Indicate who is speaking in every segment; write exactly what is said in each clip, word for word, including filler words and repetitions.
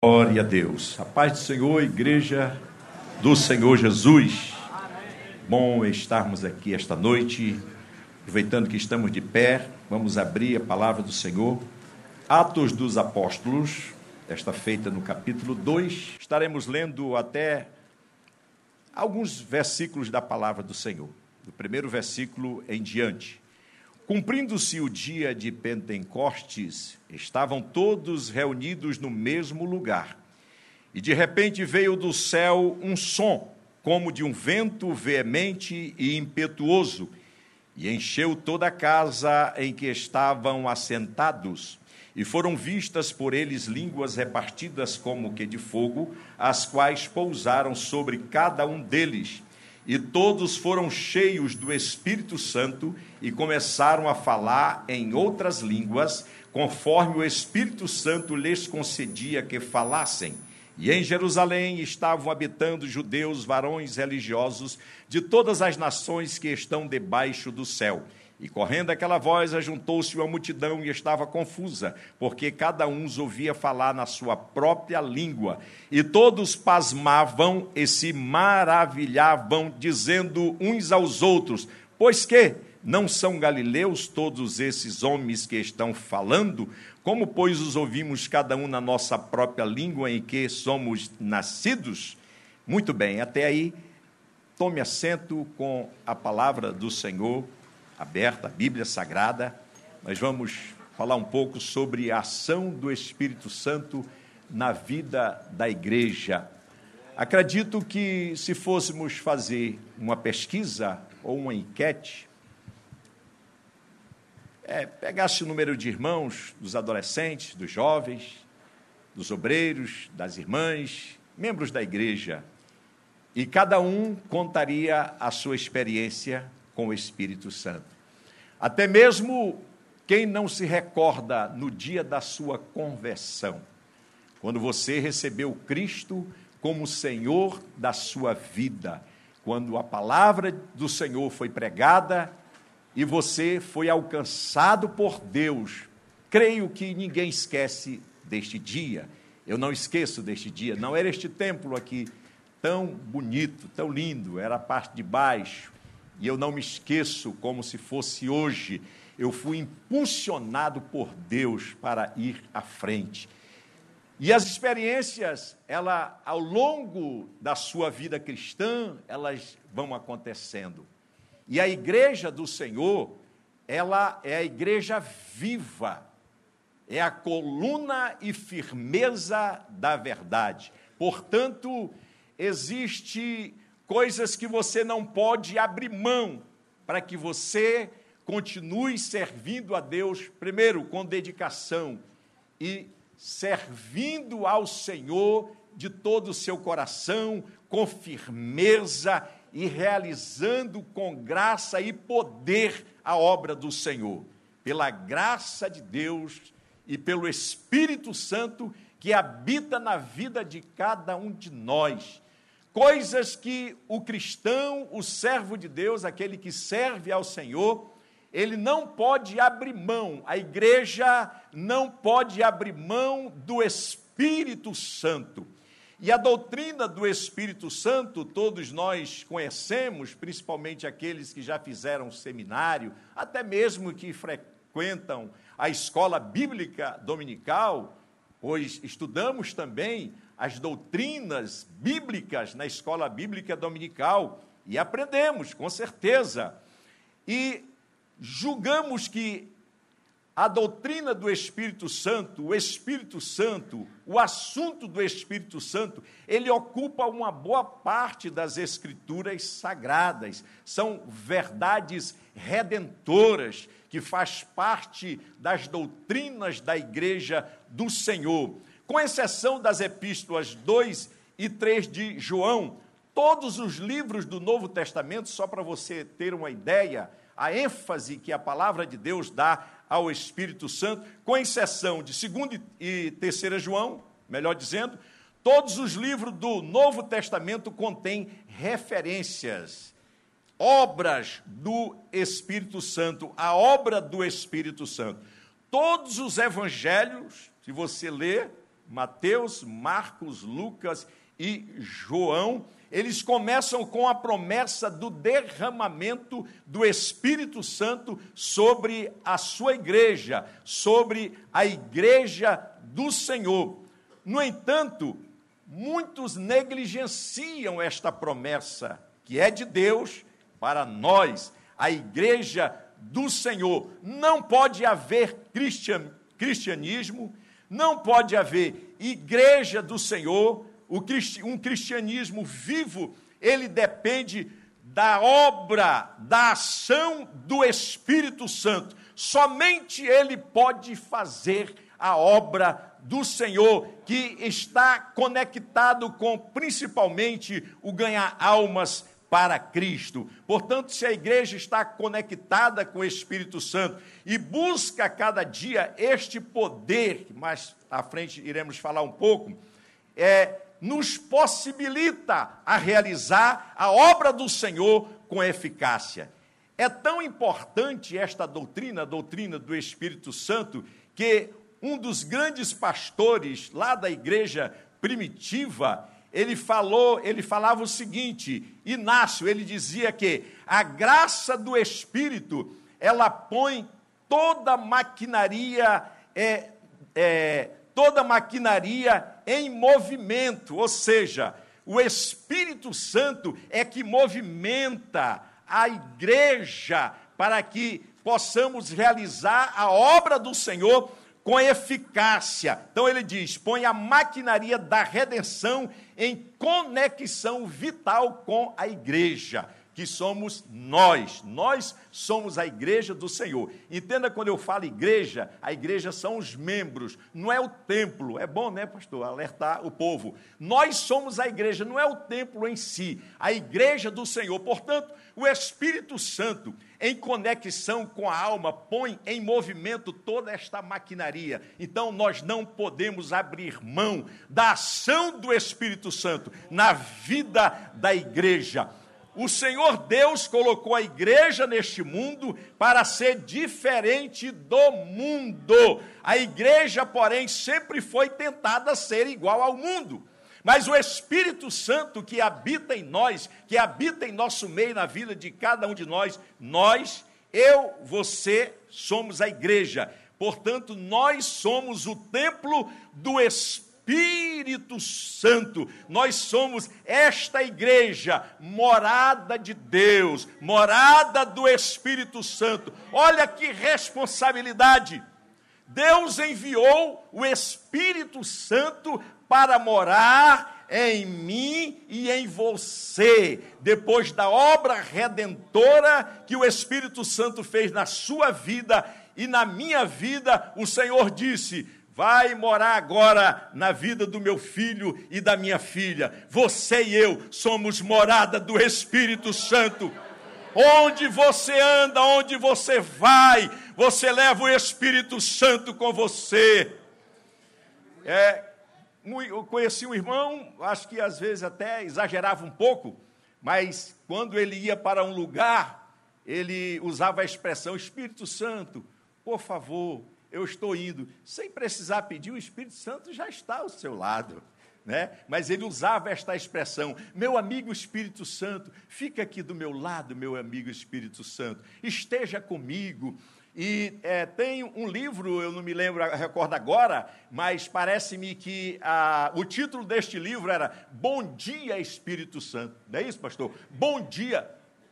Speaker 1: Glória a Deus. A paz do Senhor, igreja do Senhor Jesus. Bom estarmos aqui esta noite, aproveitando que estamos de pé, vamos abrir a palavra do Senhor. Atos dos Apóstolos, esta feita no capítulo dois. Estaremos lendo até alguns versículos da palavra do Senhor, do primeiro versículo em diante. Cumprindo-se o dia de Pentecostes, estavam todos reunidos no mesmo lugar. E de repente veio do céu um som, como de um vento veemente e impetuoso, e encheu toda a casa em que estavam assentados. E foram vistas por eles línguas repartidas como que de fogo, as quais pousaram sobre cada um deles. E todos foram cheios do Espírito Santo e começaram a falar em outras línguas, conforme o Espírito Santo lhes concedia que falassem. E em Jerusalém estavam habitando judeus, varões religiosos, de todas as nações que estão debaixo do céu. E correndo aquela voz, ajuntou-se uma multidão e estava confusa, porque cada um os ouvia falar na sua própria língua. E todos pasmavam e se maravilhavam, dizendo uns aos outros: pois que não são galileus todos esses homens que estão falando? Como, pois, os ouvimos cada um na nossa própria língua em que somos nascidos? Muito bem, até aí, tome assento com a palavra do Senhor aberta, a Bíblia Sagrada. Nós vamos falar um pouco sobre a ação do Espírito Santo na vida da igreja. Acredito que se fôssemos fazer uma pesquisa ou uma enquete, é, pegasse o número de irmãos, dos adolescentes, dos jovens, dos obreiros, das irmãs, membros da igreja, e cada um contaria a sua experiência com o Espírito Santo. Até mesmo quem não se recorda no dia da sua conversão, quando você recebeu Cristo como Senhor da sua vida, quando a palavra do Senhor foi pregada e você foi alcançado por Deus. Creio que ninguém esquece deste dia. Eu não esqueço deste dia. Não era este templo aqui tão bonito, tão lindo, era a parte de baixo. E eu não me esqueço como se fosse hoje. Eu fui impulsionado por Deus para ir à frente. E as experiências, ela, ao longo da sua vida cristã, elas vão acontecendo. E a igreja do Senhor, ela é a igreja viva, é a coluna e firmeza da verdade. Portanto, existe coisas que você não pode abrir mão para que você continue servindo a Deus, primeiro, com dedicação e servindo ao Senhor de todo o seu coração, com firmeza e realizando com graça e poder a obra do Senhor. Pela graça de Deus e pelo Espírito Santo que habita na vida de cada um de nós. Coisas que o cristão, o servo de Deus, aquele que serve ao Senhor, ele não pode abrir mão, a igreja não pode abrir mão do Espírito Santo. E a doutrina do Espírito Santo, todos nós conhecemos, principalmente aqueles que já fizeram seminário, até mesmo que frequentam a escola bíblica dominical, pois estudamos também as doutrinas bíblicas na escola bíblica dominical e aprendemos, com certeza. E julgamos que a doutrina do Espírito Santo, o Espírito Santo, o assunto do Espírito Santo, ele ocupa uma boa parte das Escrituras sagradas. São verdades redentoras que faz parte das doutrinas da igreja do Senhor. Com exceção das epístolas dois e três de João, todos os livros do Novo Testamento, só para você ter uma ideia, a ênfase que a palavra de Deus dá ao Espírito Santo, com exceção de dois e três João, melhor dizendo, todos os livros do Novo Testamento contêm referências, obras do Espírito Santo, a obra do Espírito Santo. Todos os evangelhos, se você ler, Mateus, Marcos, Lucas e João, eles começam com a promessa do derramamento do Espírito Santo sobre a sua igreja, sobre a igreja do Senhor. No entanto, muitos negligenciam esta promessa, que é de Deus para nós, a igreja do Senhor. Não pode haver cristian, cristianismo, não pode haver igreja do Senhor. Um cristianismo vivo, ele depende da obra, da ação do Espírito Santo. Somente ele pode fazer a obra do Senhor, que está conectado com, principalmente, o ganhar almas para Cristo. Portanto, se a igreja está conectada com o Espírito Santo e busca cada dia este poder, que mais à frente iremos falar um pouco, é... nos possibilita a realizar a obra do Senhor com eficácia. É tão importante esta doutrina, a doutrina do Espírito Santo, que um dos grandes pastores lá da igreja primitiva, ele falou, ele falava o seguinte, Inácio, ele dizia que a graça do Espírito, ela põe toda a maquinaria, é, é, toda a maquinaria em movimento, ou seja, o Espírito Santo é que movimenta a igreja para que possamos realizar a obra do Senhor com eficácia. Então ele diz, põe a maquinaria da redenção em conexão vital com a igreja, que somos nós, nós somos a igreja do Senhor. Entenda, quando eu falo igreja, a igreja são os membros, não é o templo. É bom, né, pastor, alertar o povo. Nós somos a igreja, não é o templo em si, a igreja do Senhor. Portanto, o Espírito Santo, em conexão com a alma, põe em movimento toda esta maquinaria. Então, nós não podemos abrir mão da ação do Espírito Santo na vida da igreja. O Senhor Deus colocou a igreja neste mundo para ser diferente do mundo. A igreja, porém, sempre foi tentada a ser igual ao mundo. Mas o Espírito Santo que habita em nós, que habita em nosso meio, na vida de cada um de nós, nós, eu, você, somos a igreja. Portanto, nós somos o templo do Espírito Espírito Santo. Nós somos esta igreja, morada de Deus, morada do Espírito Santo. Olha que responsabilidade. Deus enviou o Espírito Santo para morar em mim e em você, depois da obra redentora que o Espírito Santo fez na sua vida e na minha vida. O Senhor disse: vai morar agora na vida do meu filho e da minha filha. Você e eu somos morada do Espírito Santo. Onde você anda, onde você vai, você leva o Espírito Santo com você. É, eu conheci um irmão, acho que às vezes até exagerava um pouco, mas quando ele ia para um lugar, ele usava a expressão: Espírito Santo, por favor, eu estou indo. Sem precisar pedir, o Espírito Santo já está ao seu lado, né? Mas ele usava esta expressão: meu amigo Espírito Santo, fica aqui do meu lado, meu amigo Espírito Santo, esteja comigo. E é, tem um livro, eu não me lembro, recordo agora, mas parece-me que ah, o título deste livro era Bom Dia Espírito Santo. Não é isso, pastor? Bom dia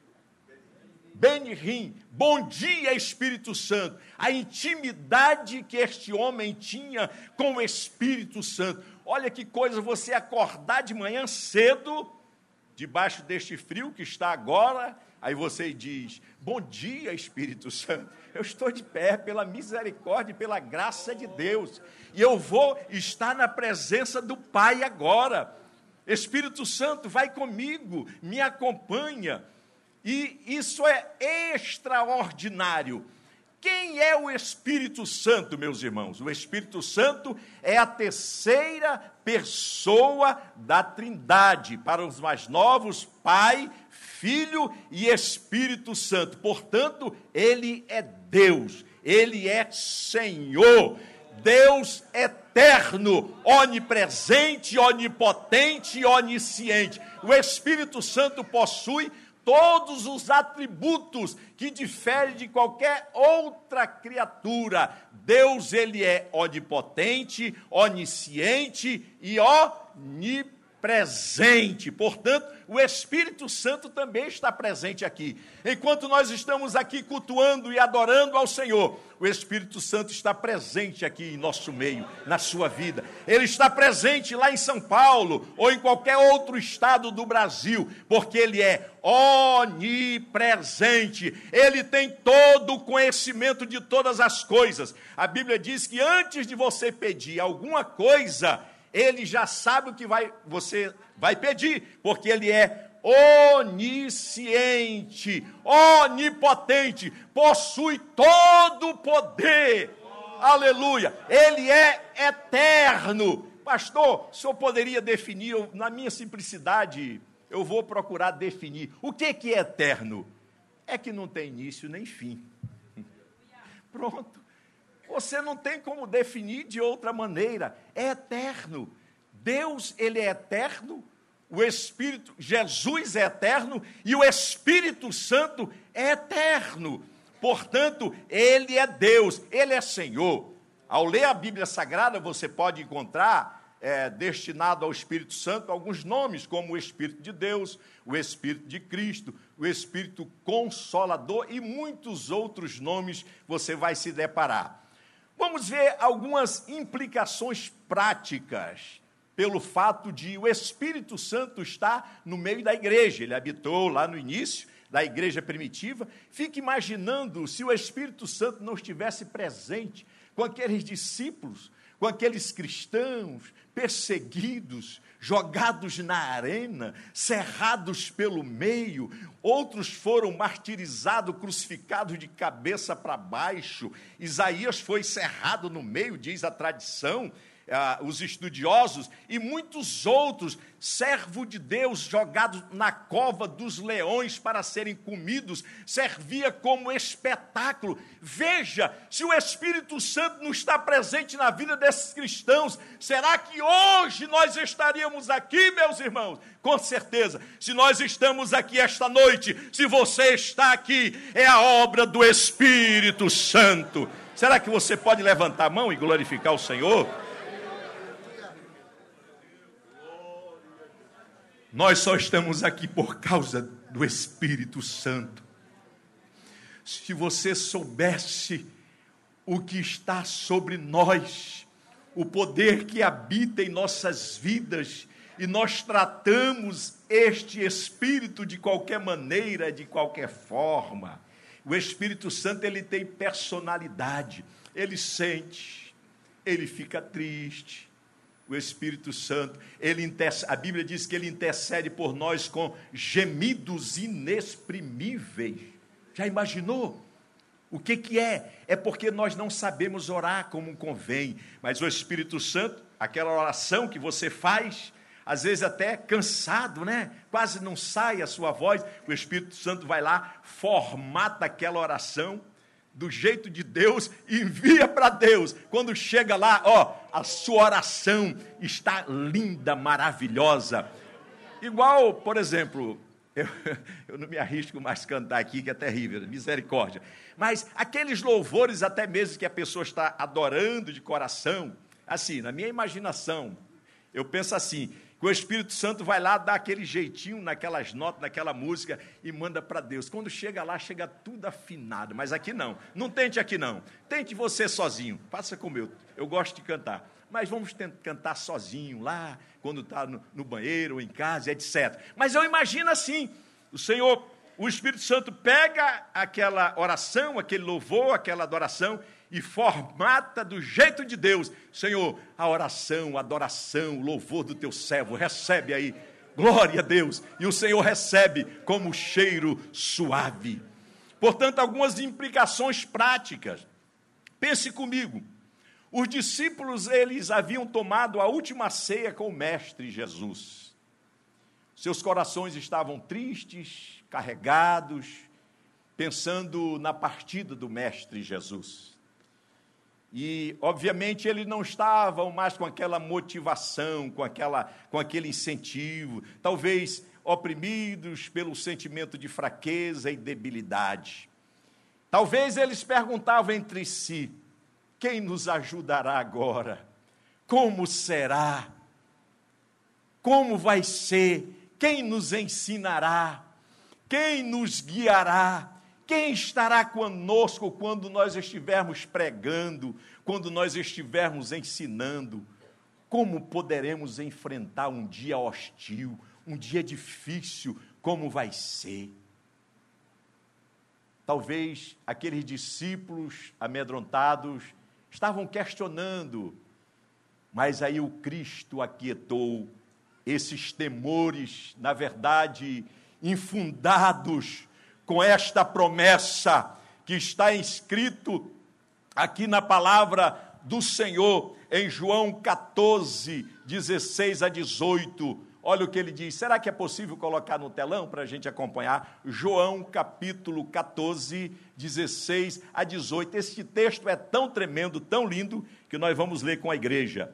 Speaker 1: Ben-Rim, bom dia Espírito Santo. A intimidade que este homem tinha com o Espírito Santo. Olha que coisa, você acordar de manhã cedo, debaixo deste frio que está agora, aí você diz: bom dia Espírito Santo, eu estou de pé pela misericórdia e pela graça de Deus, e eu vou estar na presença do Pai agora. Espírito Santo, vai comigo, me acompanha. E isso é extraordinário. Quem é o Espírito Santo, meus irmãos? O Espírito Santo é a terceira pessoa da Trindade. Para os mais novos, Pai, Filho e Espírito Santo. Portanto, Ele é Deus, Ele é Senhor. Deus eterno, onipresente, onipotente e onisciente. O Espírito Santo possui todos os atributos que diferem de qualquer outra criatura. Deus, ele é onipotente, onisciente e onipresente. Portanto, o Espírito Santo também está presente aqui. Enquanto nós estamos aqui cultuando e adorando ao Senhor, o Espírito Santo está presente aqui em nosso meio, na sua vida. Ele está presente lá em São Paulo ou em qualquer outro estado do Brasil, porque ele é onipresente. Ele tem todo o conhecimento de todas as coisas. A Bíblia diz que antes de você pedir alguma coisa, ele já sabe o que vai, você vai pedir, porque ele é onisciente, onipotente, possui todo o poder. Aleluia! Ele é eterno. Pastor, o senhor poderia definir, eu, na minha simplicidade, eu vou procurar definir. O que, que é eterno? É que não tem início nem fim. Pronto. Você não tem como definir de outra maneira. É eterno. Deus, ele é eterno. O Espírito, Jesus é eterno. E o Espírito Santo é eterno. Portanto, ele é Deus, ele é Senhor. Ao ler a Bíblia Sagrada, você pode encontrar, é, destinado ao Espírito Santo, alguns nomes, como o Espírito de Deus, o Espírito de Cristo, o Espírito Consolador e muitos outros nomes você vai se deparar. Vamos ver algumas implicações práticas pelo fato de o Espírito Santo estar no meio da igreja. Ele habitou lá no início da igreja primitiva. Fique imaginando se o Espírito Santo não estivesse presente com aqueles discípulos, com aqueles cristãos perseguidos, jogados na arena, cerrados pelo meio, outros foram martirizados, crucificados de cabeça para baixo. Isaías foi cerrado no meio, diz a tradição, ah, os estudiosos, e muitos outros, servo de Deus, jogados na cova dos leões para serem comidos, servia como espetáculo. Veja, se o Espírito Santo não está presente na vida desses cristãos, será que hoje nós estaríamos aqui, meus irmãos? Com certeza, se nós estamos aqui esta noite, se você está aqui, é a obra do Espírito Santo. Será que você pode levantar a mão e glorificar o Senhor? Nós só estamos aqui por causa do Espírito Santo. Se você soubesse o que está sobre nós, o poder que habita em nossas vidas, e nós tratamos este Espírito de qualquer maneira, de qualquer forma. O Espírito Santo, ele tem personalidade, ele sente, ele fica triste. O Espírito Santo, ele intercede, a Bíblia diz que ele intercede por nós com gemidos inexprimíveis. Já imaginou? O que que é? É porque nós não sabemos orar como convém, mas o Espírito Santo, aquela oração que você faz, às vezes até cansado, né? Quase não sai a sua voz, o Espírito Santo vai lá, formata aquela oração, do jeito de Deus, envia para Deus. Quando chega lá, ó, a sua oração está linda, maravilhosa. Igual, por exemplo, eu, eu não me arrisco mais cantar aqui, que é terrível, misericórdia. Mas aqueles louvores, até mesmo que a pessoa está adorando de coração, assim, na minha imaginação, eu penso assim, que o Espírito Santo vai lá, dá aquele jeitinho naquelas notas, naquela música e manda para Deus. Quando chega lá, chega tudo afinado, mas aqui não. Não tente aqui não. Tente você sozinho. Faça como eu. Eu gosto de cantar. Mas vamos tentar cantar sozinho lá, quando está no, no banheiro ou em casa, etcétera. Mas eu imagino assim, o Senhor, o Espírito Santo pega aquela oração, aquele louvor, aquela adoração e formata do jeito de Deus. Senhor, a oração, a adoração, o louvor do teu servo, recebe aí, glória a Deus, e o Senhor recebe como cheiro suave. Portanto, algumas implicações práticas. Pense comigo, os discípulos, eles haviam tomado a última ceia com o Mestre Jesus. Seus corações estavam tristes, carregados, pensando na partida do Mestre Jesus. E, obviamente, eles não estavam mais com aquela motivação, com, aquela, com aquele incentivo, talvez oprimidos pelo sentimento de fraqueza e debilidade. Talvez eles perguntavam entre si: quem nos ajudará agora? Como será? Como vai ser? Quem nos ensinará? Quem nos guiará? Quem estará conosco quando nós estivermos pregando, quando nós estivermos ensinando? Como poderemos enfrentar um dia hostil, um dia difícil, como vai ser? Talvez aqueles discípulos amedrontados estavam questionando, mas aí o Cristo aquietou esses temores, na verdade, infundados, com esta promessa que está escrito aqui na palavra do Senhor, em João catorze, dezesseis a dezoito. Olha o que ele diz. Será que é possível colocar no telão para a gente acompanhar? João capítulo catorze, dezesseis a dezoito. Este texto é tão tremendo, tão lindo, que nós vamos ler com a igreja.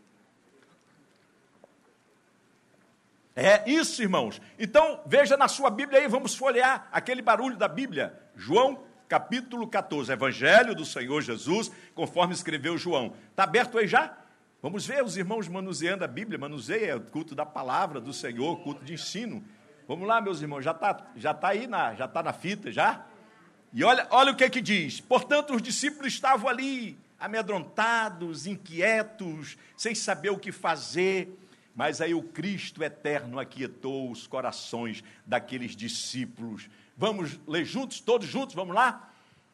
Speaker 1: É isso, irmãos. Então, veja na sua Bíblia aí, vamos folhear aquele barulho da Bíblia. João, capítulo catorze, Evangelho do Senhor Jesus, conforme escreveu João. Está aberto aí já? Vamos ver os irmãos manuseando a Bíblia, manuseia o culto da palavra do Senhor, culto de ensino. Vamos lá, meus irmãos, já está já tá aí, na, já está na fita, já? E olha, olha o que é que diz. Portanto, os discípulos estavam ali, amedrontados, inquietos, sem saber o que fazer. Mas aí o Cristo eterno aquietou os corações daqueles discípulos. Vamos ler juntos, todos juntos, vamos lá?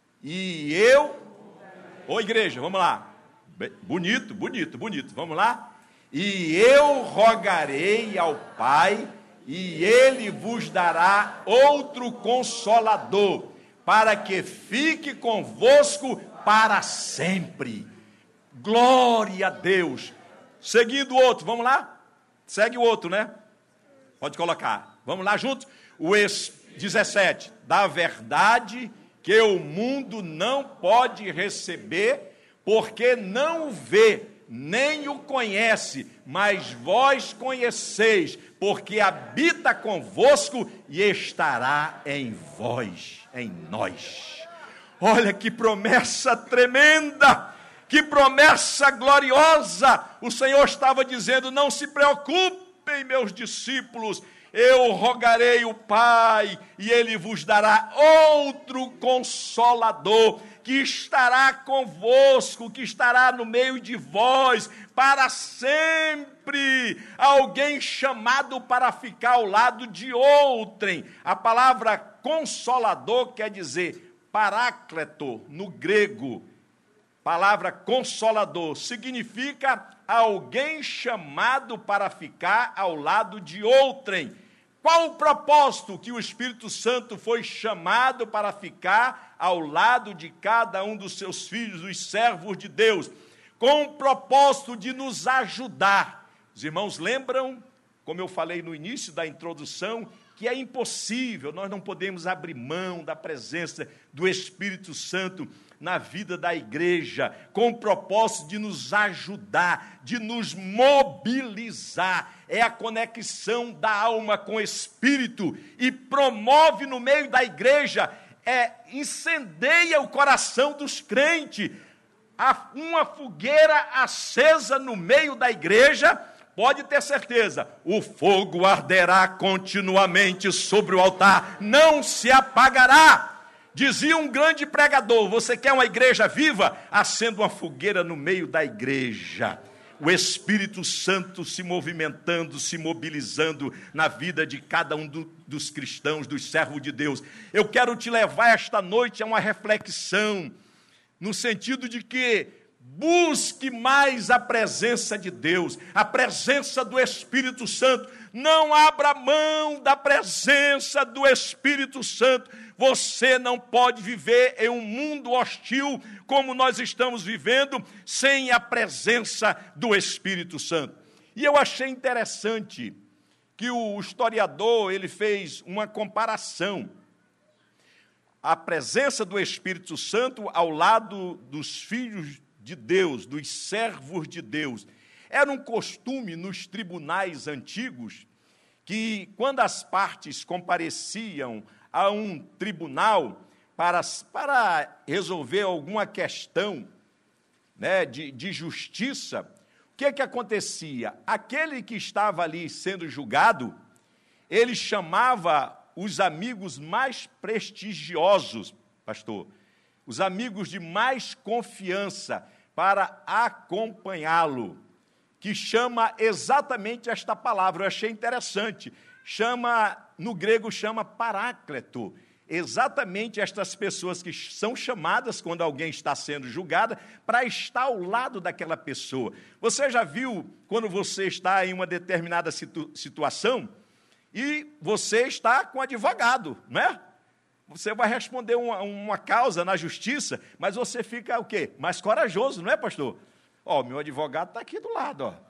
Speaker 1: E eu... Ô igreja, vamos lá. Bonito, bonito, bonito, vamos lá? E eu rogarei ao Pai, e Ele vos dará outro Consolador, para que fique convosco para sempre. Glória a Deus. Seguindo o outro, vamos lá? Segue o outro, né? Pode colocar. Vamos lá juntos? O dezessete. Da verdade que o mundo não pode receber, porque não o vê, nem o conhece, mas vós conheceis, porque habita convosco e estará em vós, em nós. Olha que promessa tremenda! Que promessa gloriosa! O Senhor estava dizendo: não se preocupem, meus discípulos, eu rogarei o Pai, e Ele vos dará outro Consolador, que estará convosco, que estará no meio de vós, para sempre, alguém chamado para ficar ao lado de outrem. A palavra Consolador quer dizer Paráclito, no grego. Palavra Consolador significa alguém chamado para ficar ao lado de outrem. Qual o propósito que o Espírito Santo foi chamado para ficar ao lado de cada um dos seus filhos, os servos de Deus? Com o propósito de nos ajudar. Os irmãos lembram, como eu falei no início da introdução, que é impossível, nós não podemos abrir mão da presença do Espírito Santo na vida da igreja, com o propósito de nos ajudar, de nos mobilizar. É a conexão da alma com o Espírito, e promove no meio da igreja, é, incendeia o coração dos crentes. Uma fogueira acesa no meio da igreja, pode ter certeza, o fogo arderá continuamente sobre o altar, não se apagará. Dizia um grande pregador: você quer uma igreja viva? Acenda uma fogueira no meio da igreja. O Espírito Santo se movimentando, se mobilizando na vida de cada um do, dos cristãos, dos servos de Deus. Eu quero te levar esta noite a uma reflexão, no sentido de que busque mais a presença de Deus, a presença do Espírito Santo. Não abra mão da presença do Espírito Santo. Você não pode viver em um mundo hostil como nós estamos vivendo sem a presença do Espírito Santo. E eu achei interessante que o historiador ele fez uma comparação. A presença do Espírito Santo ao lado dos filhos de Deus, dos servos de Deus. Era um costume nos tribunais antigos que, quando as partes compareciam a um tribunal para, para resolver alguma questão, né, de, de justiça, o que, que acontecia? Aquele que estava ali sendo julgado, ele chamava os amigos mais prestigiosos, pastor, os amigos de mais confiança, para acompanhá-lo, que chama exatamente esta palavra, eu achei interessante, chama, no grego chama paráclito, exatamente estas pessoas que são chamadas quando alguém está sendo julgada, para estar ao lado daquela pessoa. Você já viu, quando você está em uma determinada situ- situação, e você está com advogado, não é? Você vai responder uma, uma causa na justiça, mas você fica o quê? Mais corajoso, não é, pastor? Ó, meu advogado está aqui do lado, ó.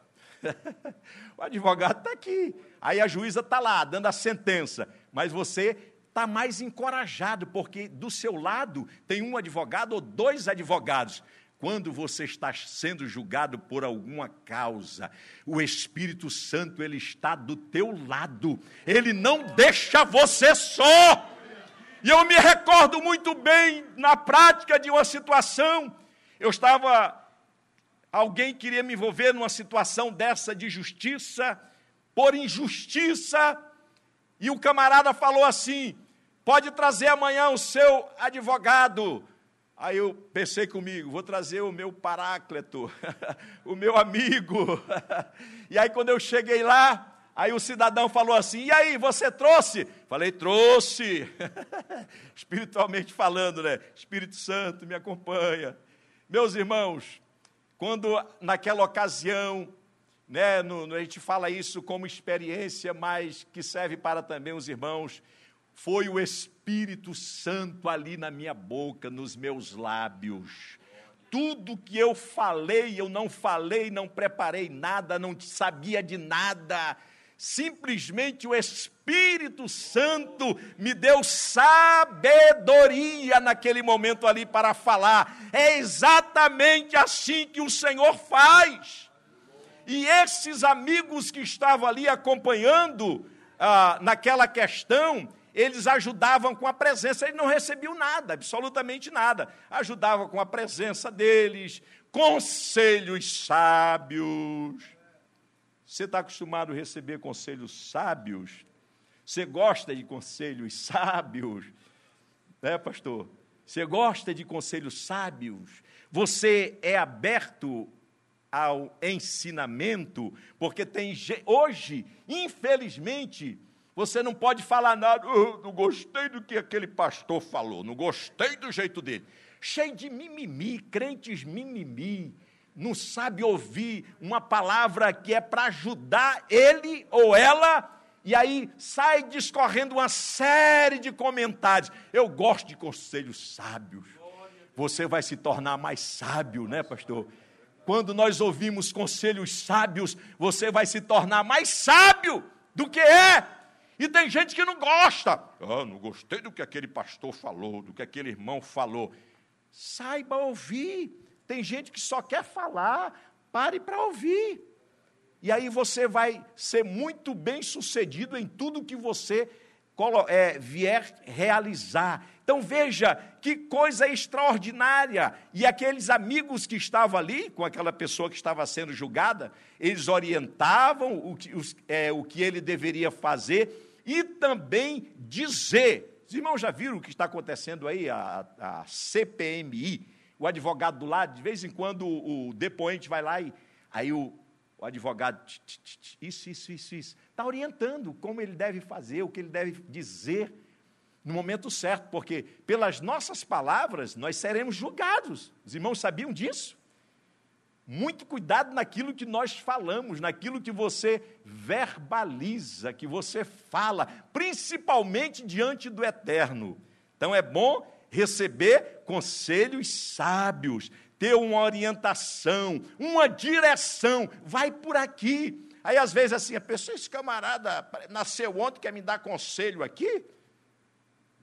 Speaker 1: O advogado está aqui. Aí a juíza está lá, dando a sentença, mas você está mais encorajado, porque do seu lado tem um advogado ou dois advogados. Quando você está sendo julgado por alguma causa, o Espírito Santo, ele está do teu lado, ele não deixa você só. E eu me recordo muito bem, na prática de uma situação, eu estava, alguém queria me envolver numa situação dessa de justiça, por injustiça, e o camarada falou assim, pode trazer amanhã o seu advogado. Aí eu pensei comigo, vou trazer o meu paráclito, o meu amigo. E aí quando eu cheguei lá, aí o cidadão falou assim, e aí, você trouxe? Falei, trouxe. Espiritualmente falando, né? Espírito Santo me acompanha. Meus irmãos, quando naquela ocasião, né, no, a gente fala isso como experiência, mas que serve para também os irmãos, foi o Espírito Santo ali na minha boca, nos meus lábios. Tudo que eu falei, eu não falei, não preparei nada, não sabia de nada. Simplesmente o Espírito Santo me deu sabedoria naquele momento ali para falar. É exatamente assim que o Senhor faz. E esses amigos que estavam ali acompanhando ah, naquela questão, eles ajudavam com a presença, eles não recebiam nada, absolutamente nada. Ajudavam com a presença deles, conselhos sábios. Você está acostumado a receber conselhos sábios? Você gosta de conselhos sábios? É, pastor? Você gosta de conselhos sábios? Você é aberto ao ensinamento? Porque tem hoje, infelizmente, você não pode falar nada, oh, não gostei do que aquele pastor falou, não gostei do jeito dele. Cheio de mimimi, crentes mimimi, não sabe ouvir uma palavra que é para ajudar ele ou ela, e aí sai discorrendo uma série de comentários. Eu gosto de conselhos sábios. Você vai se tornar mais sábio, né, pastor? Quando nós ouvimos conselhos sábios, você vai se tornar mais sábio do que é. E tem gente que não gosta. Ah, não gostei do que aquele pastor falou, do que aquele irmão falou. Saiba ouvir. Tem gente que só quer falar, pare para ouvir. E aí você vai ser muito bem sucedido em tudo que você é, vier realizar. Então veja que coisa extraordinária. E aqueles amigos que estavam ali, com aquela pessoa que estava sendo julgada, eles orientavam o que, os, é, o que ele deveria fazer e também dizer. Os irmãos já viram o que está acontecendo aí, a, a C P M I, o advogado do lado, de vez em quando o, o depoente vai lá e aí o, o advogado, tch, tch, tch, isso, isso, isso, isso, está orientando como ele deve fazer, o que ele deve dizer no momento certo, porque pelas nossas palavras nós seremos julgados. Os irmãos sabiam disso? Muito cuidado naquilo que nós falamos, naquilo que você verbaliza, que você fala, principalmente diante do Eterno. Então é bom receber conselhos sábios, ter uma orientação, uma direção, vai por aqui. Aí às vezes assim, a pessoa, esse camarada nasceu ontem, quer me dar conselho aqui?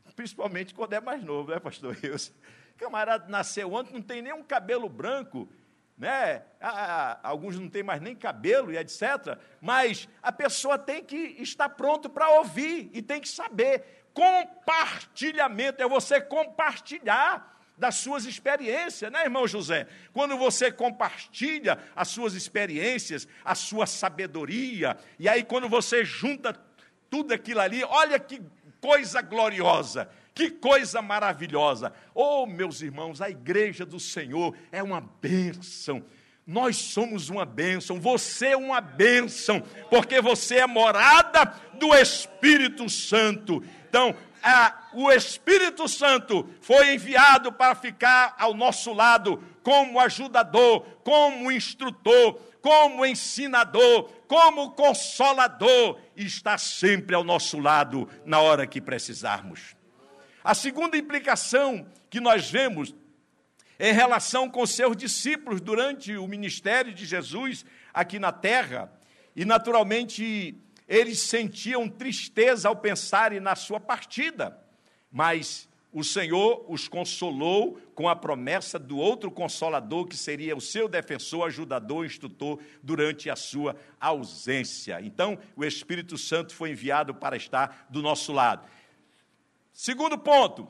Speaker 1: Principalmente quando é mais novo, né, pastor Wilson? Camarada nasceu ontem, não tem nem um cabelo branco, né? Alguns não têm mais nem cabelo e etcétera. Mas a pessoa tem que estar pronto para ouvir e tem que saber. Compartilhamento é você compartilhar das suas experiências, né, irmão José? Quando você compartilha as suas experiências, a sua sabedoria, e aí quando você junta tudo aquilo ali, olha que coisa gloriosa, que coisa maravilhosa. Oh, meus irmãos, a igreja do Senhor é uma bênção. Nós somos uma bênção, você é uma bênção, porque você é morada do Espírito Santo. Então, a, o Espírito Santo foi enviado para ficar ao nosso lado como ajudador, como instrutor, como ensinador, como consolador, e está sempre ao nosso lado na hora que precisarmos. A segunda implicação que nós vemos em relação com seus discípulos durante o ministério de Jesus aqui na terra, e naturalmente eles sentiam tristeza ao pensarem na sua partida, mas o Senhor os consolou com a promessa do outro Consolador, que seria o seu defensor, ajudador, instrutor, durante a sua ausência. Então, o Espírito Santo foi enviado para estar do nosso lado. Segundo ponto,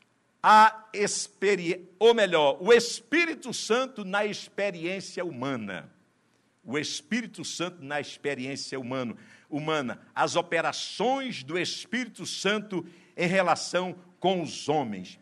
Speaker 1: a experiência, ou melhor, o Espírito Santo na experiência humana. O Espírito Santo na experiência humana, humana, as operações do Espírito Santo em relação com os homens.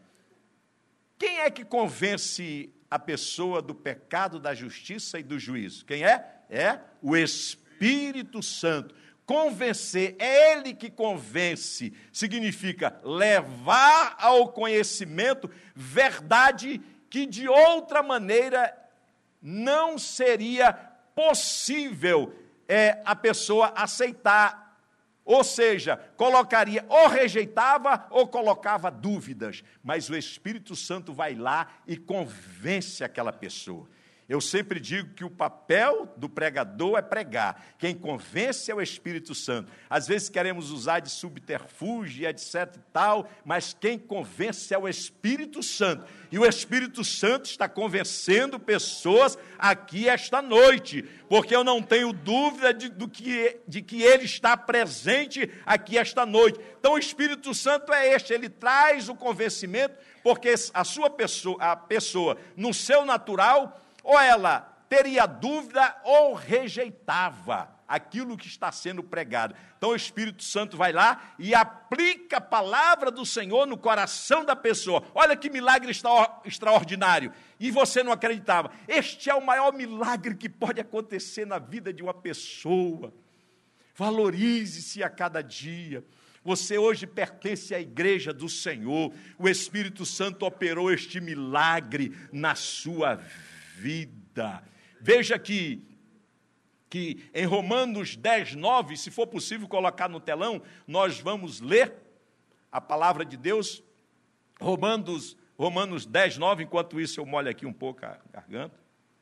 Speaker 1: Quem é que convence a pessoa do pecado, da justiça e do juízo? Quem é? É o Espírito Santo. Convencer, é Ele que convence, significa levar ao conhecimento verdade que de outra maneira não seria possível é, a pessoa aceitar. Ou seja, colocaria, ou rejeitava, ou colocava dúvidas. Mas o Espírito Santo vai lá e convence aquela pessoa. Eu sempre digo que o papel do pregador é pregar. Quem convence é o Espírito Santo. Às vezes queremos usar de subterfúgio, etc e tal, mas quem convence é o Espírito Santo. E o Espírito Santo está convencendo pessoas aqui esta noite, porque eu não tenho dúvida de, do que, de que Ele está presente aqui esta noite. Então o Espírito Santo é este, ele traz o convencimento, porque a sua pessoa, a pessoa no seu natural, ou ela teria dúvida ou rejeitava aquilo que está sendo pregado. Então o Espírito Santo vai lá e aplica a palavra do Senhor no coração da pessoa. Olha que milagre extraordinário. E você não acreditava. Este é o maior milagre que pode acontecer na vida de uma pessoa. Valorize-se a cada dia. Você hoje pertence à igreja do Senhor. O Espírito Santo operou este milagre na sua vida. Vida. Veja que, que em Romanos dez, nove, se for possível colocar no telão, nós vamos ler a palavra de Deus, Romanos, Romanos dez, nove, enquanto isso eu molho aqui um pouco a garganta.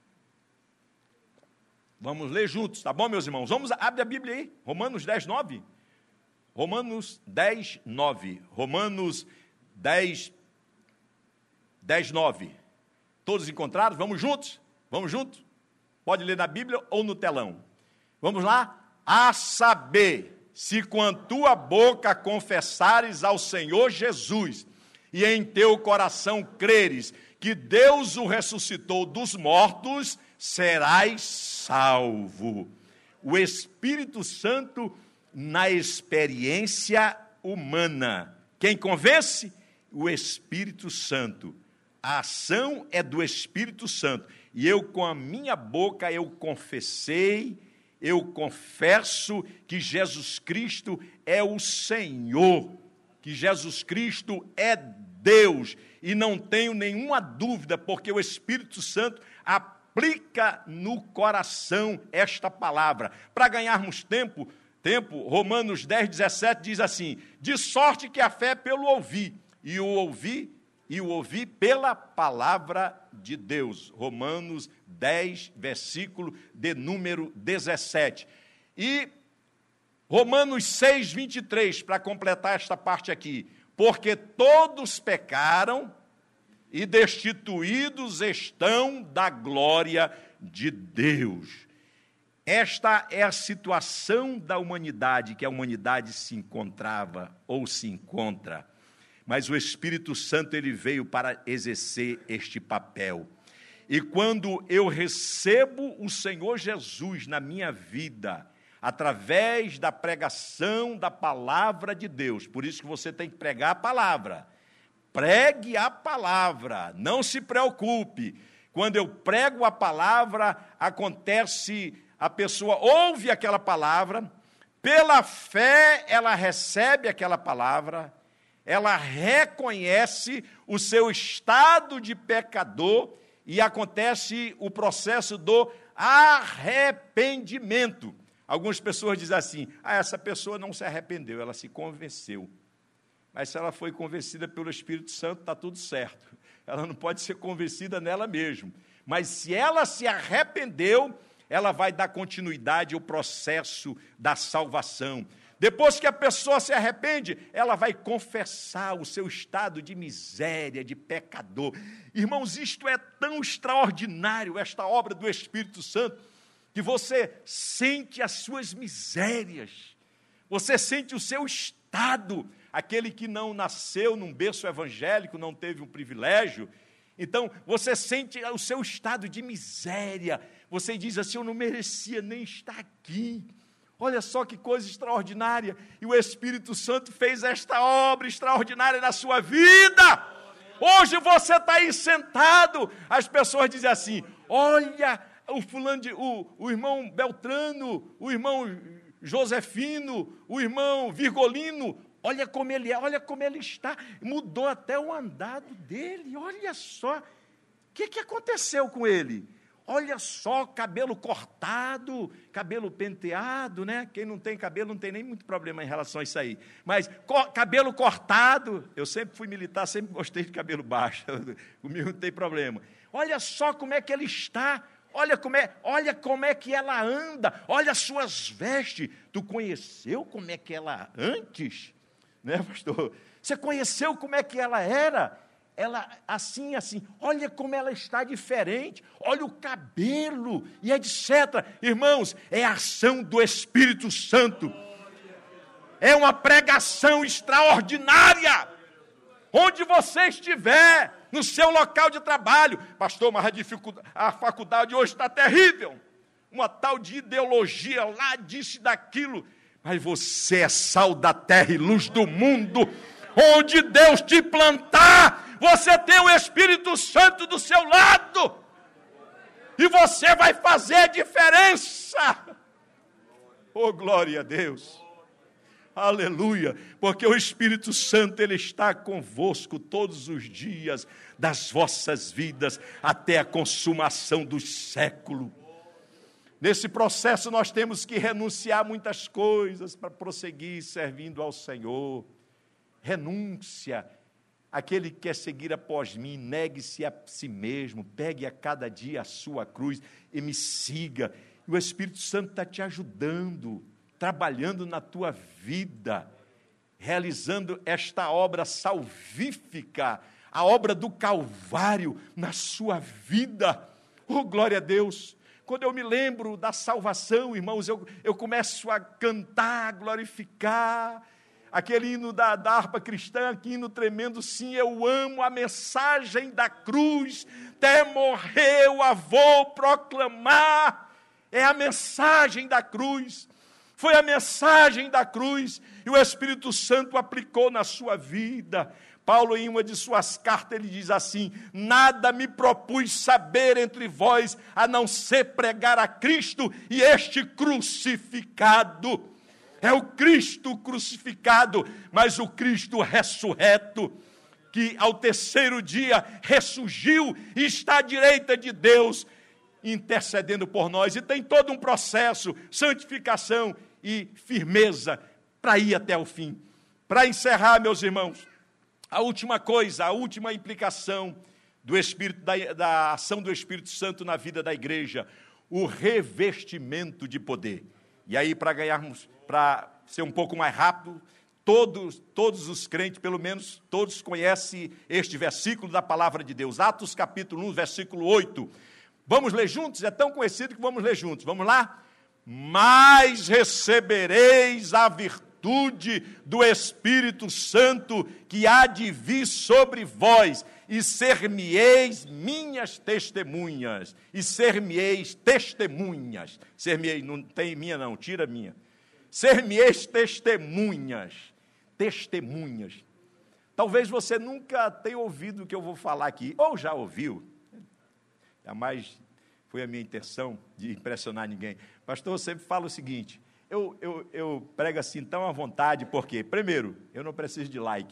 Speaker 1: Vamos ler juntos, tá bom, meus irmãos? Vamos, abre a Bíblia aí, Romanos dez, nove. Romanos dez, nove. Romanos dez, dez, nove. Todos encontrados? Vamos juntos? Vamos juntos? Pode ler na Bíblia ou no telão. Vamos lá? A saber, se com a tua boca confessares ao Senhor Jesus e em teu coração creres que Deus o ressuscitou dos mortos, serás salvo. O Espírito Santo na experiência humana. Quem convence? O Espírito Santo. A ação é do Espírito Santo. E eu, com a minha boca, eu confessei, eu confesso que Jesus Cristo é o Senhor, que Jesus Cristo é Deus. E não tenho nenhuma dúvida, porque o Espírito Santo aplica no coração esta palavra. Para ganharmos tempo, tempo, Romanos dez, dezessete diz assim: de sorte que a fé é pelo ouvir, e o ouvir E o ouvir pela palavra de Deus. Romanos dez, versículo de número dezessete. E Romanos seis, vinte e três, para completar esta parte aqui. Porque todos pecaram e destituídos estão da glória de Deus. Esta é a situação da humanidade, que a humanidade se encontrava ou se encontra. Mas o Espírito Santo, ele veio para exercer este papel. E quando eu recebo o Senhor Jesus na minha vida, através da pregação da palavra de Deus, por isso que você tem que pregar a palavra. Pregue a palavra, não se preocupe. Quando eu prego a palavra, acontece, a pessoa ouve aquela palavra, pela fé ela recebe aquela palavra, ela reconhece o seu estado de pecador e acontece o processo do arrependimento. Algumas pessoas dizem assim, ah, essa pessoa não se arrependeu, ela se convenceu. Mas se ela foi convencida pelo Espírito Santo, está tudo certo. Ela não pode ser convencida nela mesma. Mas se ela se arrependeu, ela vai dar continuidade ao processo da salvação. Depois que a pessoa se arrepende, ela vai confessar o seu estado de miséria, de pecador. Irmãos, isto é tão extraordinário, esta obra do Espírito Santo, que você sente as suas misérias, você sente o seu estado, aquele que não nasceu num berço evangélico, não teve um privilégio. Então, você sente o seu estado de miséria, você diz assim, eu não merecia nem estar aqui. Olha só que coisa extraordinária, e o Espírito Santo fez esta obra extraordinária na sua vida. Hoje você está aí sentado, as pessoas dizem assim, olha, o fulano, de, o, o irmão Beltrano, o irmão Josefino, o irmão Virgolino, olha como ele é, olha como ele está, mudou até o andado dele, olha só, o que, que aconteceu com ele? Olha só, cabelo cortado, cabelo penteado, né? Quem não tem cabelo não tem nem muito problema em relação a isso aí. Mas co- cabelo cortado, eu sempre fui militar, sempre gostei de cabelo baixo, comigo não tem problema. Olha só como é que ele está, olha como é, olha como é que ela anda, olha as suas vestes. Tu conheceu como é que ela antes? Né, pastor? Você conheceu como é que ela era? Ela assim, assim, olha como ela está diferente, olha o cabelo e etcétera. Irmãos, é a ação do Espírito Santo. É uma pregação extraordinária. Onde você estiver, no seu local de trabalho. Pastor, mas a, dificuldade, a faculdade hoje está terrível. Uma tal de ideologia lá, disse daquilo. Mas você é sal da terra e luz do mundo. Onde Deus te plantar, você tem o Espírito Santo do seu lado, e você vai fazer a diferença. Oh, glória a Deus, aleluia, porque o Espírito Santo, ele está convosco todos os dias das vossas vidas, até a consumação dos séculos. Nesse processo nós temos que renunciar muitas coisas, para prosseguir servindo ao Senhor. Renúncia. Aquele que quer seguir após mim, negue-se a si mesmo, pegue a cada dia a sua cruz e me siga. E o Espírito Santo está te ajudando, trabalhando na tua vida, realizando esta obra salvífica, a obra do Calvário na sua vida. Oh, glória a Deus! Quando eu me lembro da salvação, irmãos, eu, eu começo a cantar, a glorificar, aquele hino da, da harpa cristã, que hino tremendo, sim, eu amo a mensagem da cruz, até morrer eu a vou proclamar. É a mensagem da cruz, foi a mensagem da cruz, e o Espírito Santo aplicou na sua vida. Paulo, em uma de suas cartas, ele diz assim, nada me propus saber entre vós, a não ser pregar a Cristo e este crucificado. É o Cristo crucificado, mas o Cristo ressurreto, que ao terceiro dia ressurgiu e está à direita de Deus, intercedendo por nós. E tem todo um processo, santificação e firmeza para ir até o fim. Para encerrar, meus irmãos, a última coisa, a última implicação do Espírito, da, da ação do Espírito Santo na vida da igreja, o revestimento de poder. E aí, para ganharmos, para ser um pouco mais rápido, todos, todos os crentes, pelo menos todos conhecem este versículo da palavra de Deus. Atos capítulo um, versículo oito. Vamos ler juntos? É tão conhecido que vamos ler juntos. Vamos lá? Mas recebereis a virtude do Espírito Santo que há de vir sobre vós, e ser-me-eis minhas testemunhas. E ser-me-eis testemunhas. Ser-me-eis, não tem minha não, tira minha. Ser-me-eis testemunhas. Testemunhas. Talvez você nunca tenha ouvido o que eu vou falar aqui, ou já ouviu. Jamais foi a minha intenção de impressionar ninguém. Pastor, eu sempre falo o seguinte, eu, eu, eu prego assim tão à vontade, porque, primeiro, eu não preciso de like.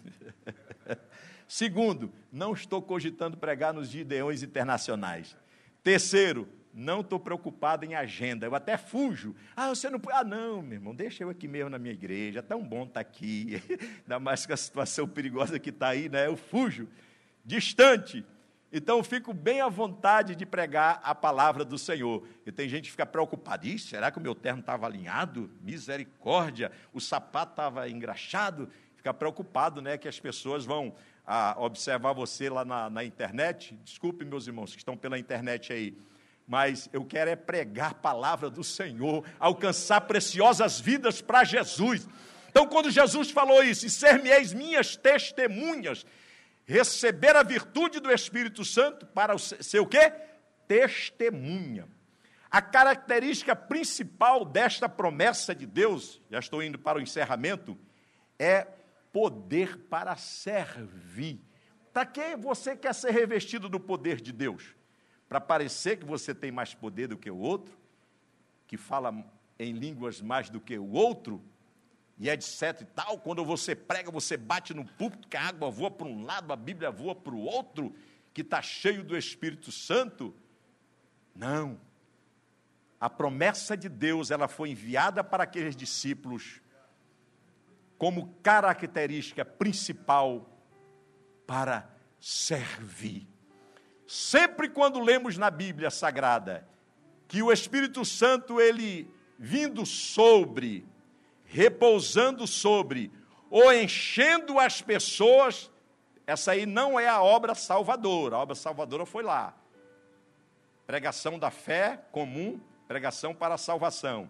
Speaker 1: Segundo, não estou cogitando pregar nos Gideões internacionais. Terceiro, não estou preocupado em agenda, eu até fujo. Ah, você não pode. Ah, não, meu irmão, deixa eu aqui mesmo na minha igreja, é tão bom estar aqui, ainda mais com a situação perigosa que está aí, né? Eu fujo, distante. Então, eu fico bem à vontade de pregar a palavra do Senhor. E tem gente que fica preocupada. Ih, será que o meu terno estava alinhado? Misericórdia, o sapato estava engraxado. Fica preocupado, né, que as pessoas vão ah, observar você lá na, na internet. Desculpe, meus irmãos, que estão pela internet aí. Mas eu quero é pregar a palavra do Senhor, alcançar preciosas vidas para Jesus. Então, quando Jesus falou isso, e ser-me-eis minhas testemunhas, receber a virtude do Espírito Santo para ser o quê? Testemunha. A característica principal desta promessa de Deus, já estou indo para o encerramento, é poder para servir. Para que você quer ser revestido do poder de Deus? Para parecer que você tem mais poder do que o outro, que fala em línguas mais do que o outro, e etc e tal, quando você prega, você bate no púlpito, que a água voa para um lado, a Bíblia voa para o outro, que está cheio do Espírito Santo. Não. A promessa de Deus, ela foi enviada para aqueles discípulos como característica principal para servir. Sempre quando lemos na Bíblia Sagrada que o Espírito Santo, ele vindo sobre, repousando sobre, ou enchendo as pessoas, essa aí não é a obra salvadora. A obra salvadora foi lá. Pregação da fé comum, pregação para a salvação.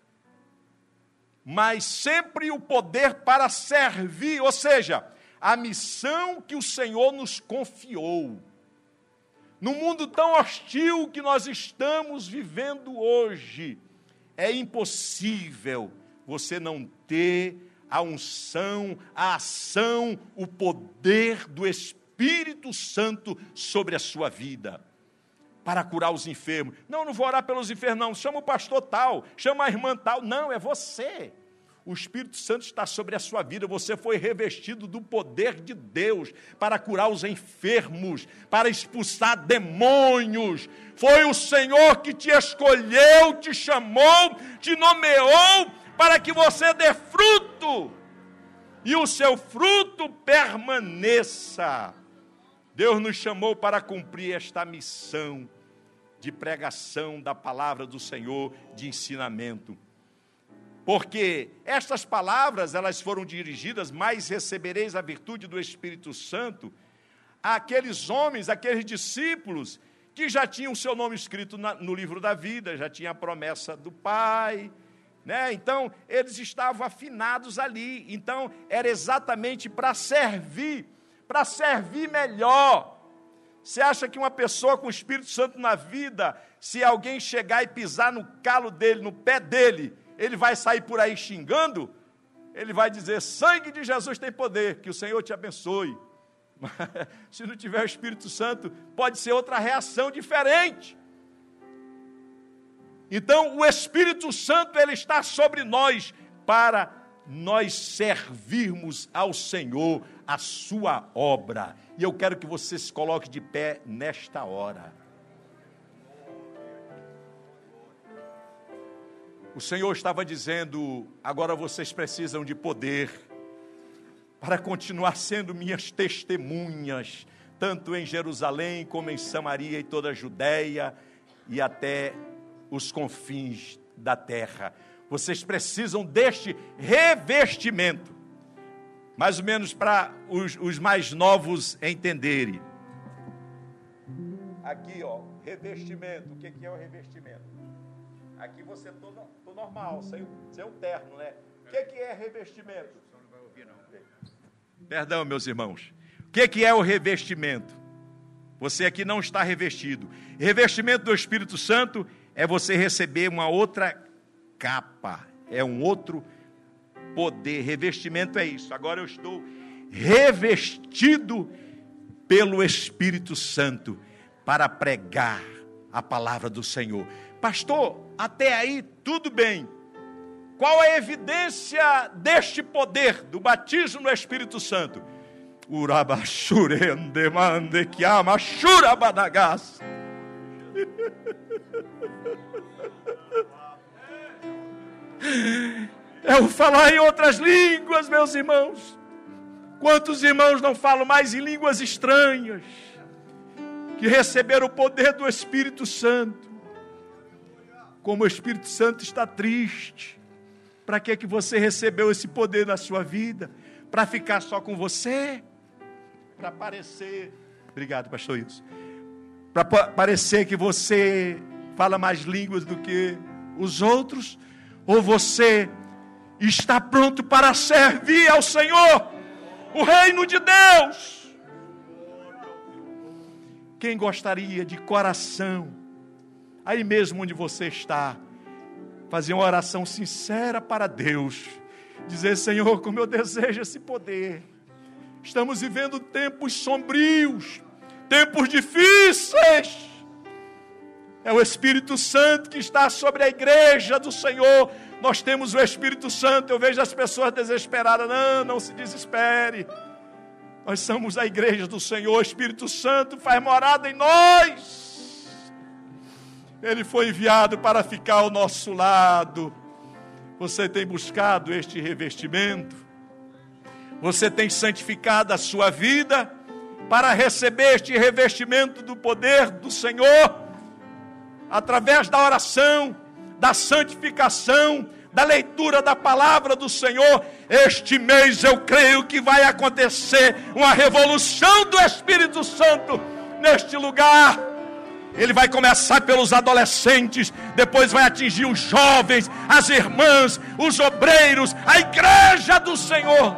Speaker 1: Mas sempre o poder para servir, ou seja, a missão que o Senhor nos confiou. No mundo tão hostil que nós estamos vivendo hoje, é impossível você não ter a unção, a ação, o poder do Espírito Santo sobre a sua vida, para curar os enfermos. Não, não vou orar pelos enfermos, não. Chama o pastor tal, chama a irmã tal. Não, é você. O Espírito Santo está sobre a sua vida. Você foi revestido do poder de Deus para curar os enfermos, para expulsar demônios. Foi o Senhor que te escolheu, te chamou, te nomeou para que você dê fruto e o seu fruto permaneça. Deus nos chamou para cumprir esta missão de pregação da palavra do Senhor, de ensinamento. Porque estas palavras, elas foram dirigidas, mas recebereis a virtude do Espírito Santo, àqueles homens, aqueles discípulos, que já tinham o seu nome escrito na, no livro da vida, já tinha a promessa do Pai, né? Então, eles estavam afinados ali. Então, era exatamente para servir, para servir melhor. Você acha que uma pessoa com o Espírito Santo na vida, se alguém chegar e pisar no calo dele, no pé dele, ele vai sair por aí xingando? Ele vai dizer, sangue de Jesus tem poder, que o Senhor te abençoe. Mas, se não tiver o Espírito Santo, pode ser outra reação diferente. Então, o Espírito Santo, ele está sobre nós, para nós servirmos ao Senhor, a sua obra. E eu quero que você se coloque de pé nesta hora. O Senhor estava dizendo, agora vocês precisam de poder, para continuar sendo minhas testemunhas, tanto em Jerusalém, como em Samaria e toda a Judéia, e até os confins da terra. Vocês precisam deste revestimento, mais ou menos para os, os mais novos entenderem. aqui, ó, revestimento. O que, que é o revestimento? Aqui você tô, tô normal, sem, sem um terno, né? O que, que é revestimento? Perdão, meus irmãos. O que, que é o revestimento? Você aqui não está revestido. Revestimento do Espírito Santo é você receber uma outra capa, é um outro poder. Revestimento é isso. Agora eu estou revestido pelo Espírito Santo para pregar a palavra do Senhor. Pastor, até aí tudo bem. Qual a evidência deste poder, do batismo no Espírito Santo? Urabashurende que ama shurabanagas. É o falar em outras línguas, meus irmãos. Quantos irmãos não falam mais em línguas estranhas, que receberam o poder do Espírito Santo? Como o Espírito Santo está triste. Para que que você recebeu esse poder na sua vida? Para ficar só com você? Para parecer... Obrigado, pastor Wilson. Para parecer que você fala mais línguas do que os outros? Ou você está pronto para servir ao Senhor, o reino de Deus? Quem gostaria de coração, aí mesmo onde você está, fazer uma oração sincera para Deus, dizer: Senhor, como eu desejo esse poder. Estamos vivendo tempos sombrios, tempos difíceis. É o Espírito Santo que está sobre a igreja do Senhor. Nós temos o Espírito Santo. Eu vejo as pessoas desesperadas. Não, não se desespere. Nós somos a igreja do Senhor. O Espírito Santo faz morada em nós. Ele foi enviado para ficar ao nosso lado. Você tem buscado este revestimento? Você tem santificado a sua vida para receber este revestimento do poder do Senhor? Através da oração, da santificação, da leitura da palavra do Senhor. Este mês eu creio que vai acontecer uma revolução do Espírito Santo neste lugar. Ele vai começar pelos adolescentes, depois vai atingir os jovens, as irmãs, os obreiros, a igreja do Senhor.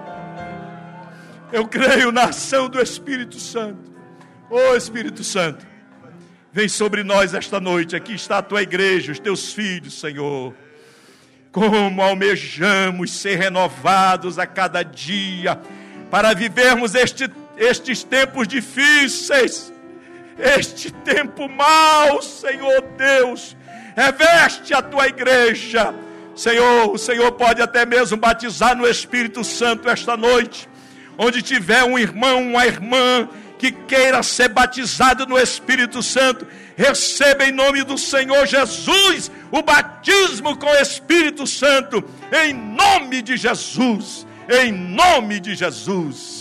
Speaker 1: Eu creio na ação do Espírito Santo. Ô Espírito Santo, vem sobre nós esta noite. Aqui está a tua igreja, os teus filhos, Senhor. Como almejamos ser renovados a cada dia, para vivermos este, estes tempos difíceis, este tempo mau, Senhor Deus. Reveste a tua igreja, Senhor. O Senhor pode até mesmo batizar no Espírito Santo esta noite. Onde tiver um irmão, uma irmã que queira ser batizado no Espírito Santo, receba em nome do Senhor Jesus o batismo com o Espírito Santo, em nome de Jesus, em nome de Jesus.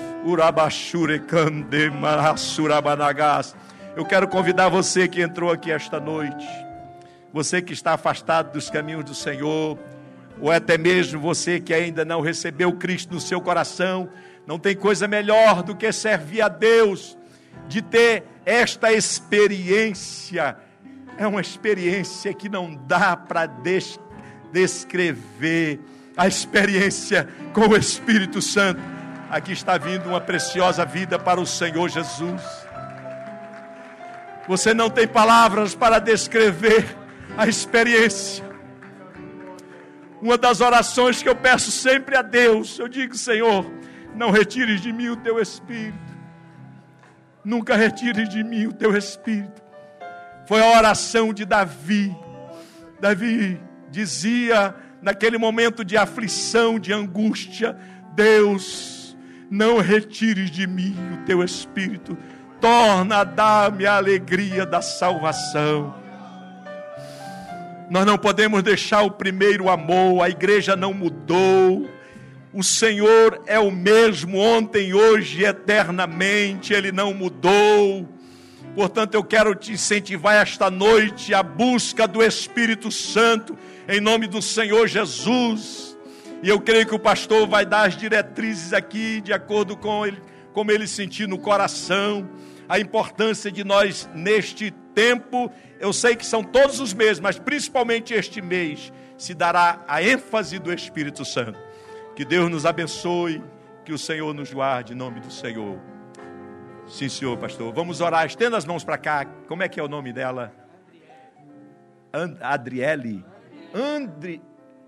Speaker 1: Eu quero convidar você que entrou aqui esta noite, você que está afastado dos caminhos do Senhor, ou até mesmo você que ainda não recebeu Cristo no seu coração. Não tem coisa melhor do que servir a Deus, de ter esta experiência. É uma experiência que não dá para des- descrever. A experiência com o Espírito Santo. Aqui está vindo uma preciosa vida para o Senhor Jesus. Você não tem palavras para descrever a experiência. Uma das orações que eu peço sempre a Deus, eu digo: Senhor, não retires de mim o teu Espírito. Nunca retires de mim o teu Espírito. Foi a oração de Davi. Davi dizia, naquele momento de aflição, de angústia: Deus, não retires de mim o teu Espírito. Torna a dar-me a alegria da salvação. Nós não podemos deixar o primeiro amor. A igreja não mudou. O Senhor é o mesmo ontem, hoje e eternamente. Ele não mudou. Portanto, eu quero te incentivar esta noite à busca do Espírito Santo, em nome do Senhor Jesus. E eu creio que o pastor vai dar as diretrizes aqui, de acordo com ele, como ele sentir no coração. a importância de nós, neste tempo, eu sei que são todos os meses, mas principalmente este mês, se dará a ênfase do Espírito Santo. Que Deus nos abençoe, que o Senhor nos guarde, em nome do Senhor. Sim, senhor, pastor. Vamos orar, estenda as mãos para cá. Como é que é o nome dela? And, Adriele. Andri...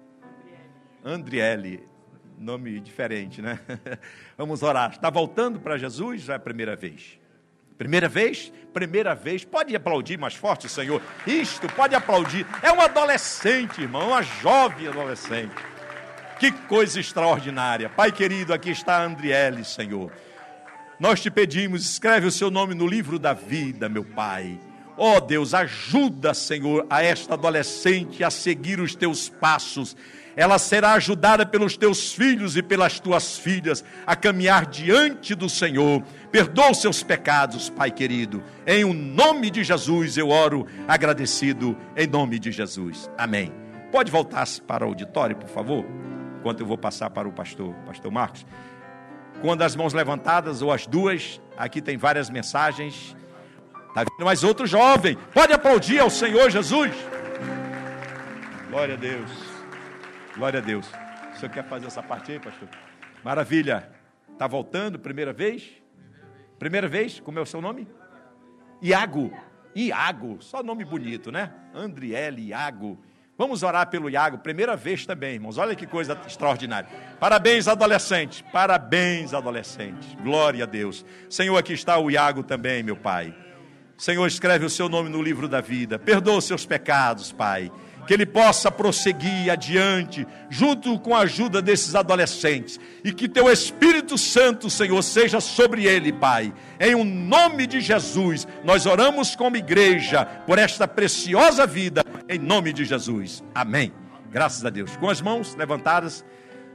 Speaker 1: Andriele. Nome diferente, né? Vamos orar. Está voltando para Jesus? Já é a primeira vez. Primeira vez? Primeira vez. Pode aplaudir mais forte, Senhor. Isto, pode aplaudir. É um adolescente, irmão. Uma jovem adolescente. Que coisa extraordinária. Pai querido, aqui está a Andriele, Senhor. Nós te pedimos, escreve o seu nome no livro da vida, meu Pai. Ó Deus, ajuda, Senhor, a esta adolescente a seguir os teus passos. Ela será ajudada pelos teus filhos e pelas tuas filhas a caminhar diante do Senhor. Perdoa os seus pecados, Pai querido. Em o nome de Jesus eu oro, agradecido, em nome de Jesus. Amém. Pode voltar para o auditório, por favor? Enquanto eu vou passar para o pastor, pastor Marcos. Com as mãos levantadas, ou as duas, aqui tem várias mensagens. Está vindo mais outro jovem. Pode aplaudir ao Senhor Jesus. Glória a Deus. Glória a Deus. O senhor quer fazer essa parte aí, pastor? Maravilha. Está voltando, primeira vez? Primeira vez? Como é o seu nome? Iago. Iago. Só nome bonito, né? Andriele, Iago. Vamos orar pelo Iago, primeira vez também, irmãos. Olha que coisa extraordinária. Parabéns, adolescentes. Parabéns, adolescentes. Glória a Deus. Senhor, aqui está o Iago também, meu Pai. Senhor, escreve o seu nome no livro da vida. Perdoa os seus pecados, Pai. Que ele possa prosseguir adiante, junto com a ajuda desses adolescentes. E que teu Espírito Santo, Senhor, seja sobre ele, Pai. Em o nome de Jesus, nós oramos como igreja, por esta preciosa vida, em nome de Jesus. Amém. Graças a Deus. Com as mãos levantadas,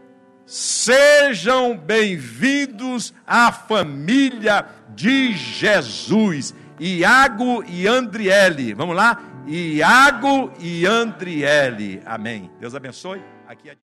Speaker 1: sejam bem-vindos à família de Jesus. Iago e Andriele. Vamos lá? Iago e Andriele. Amém. Deus abençoe. Aqui é...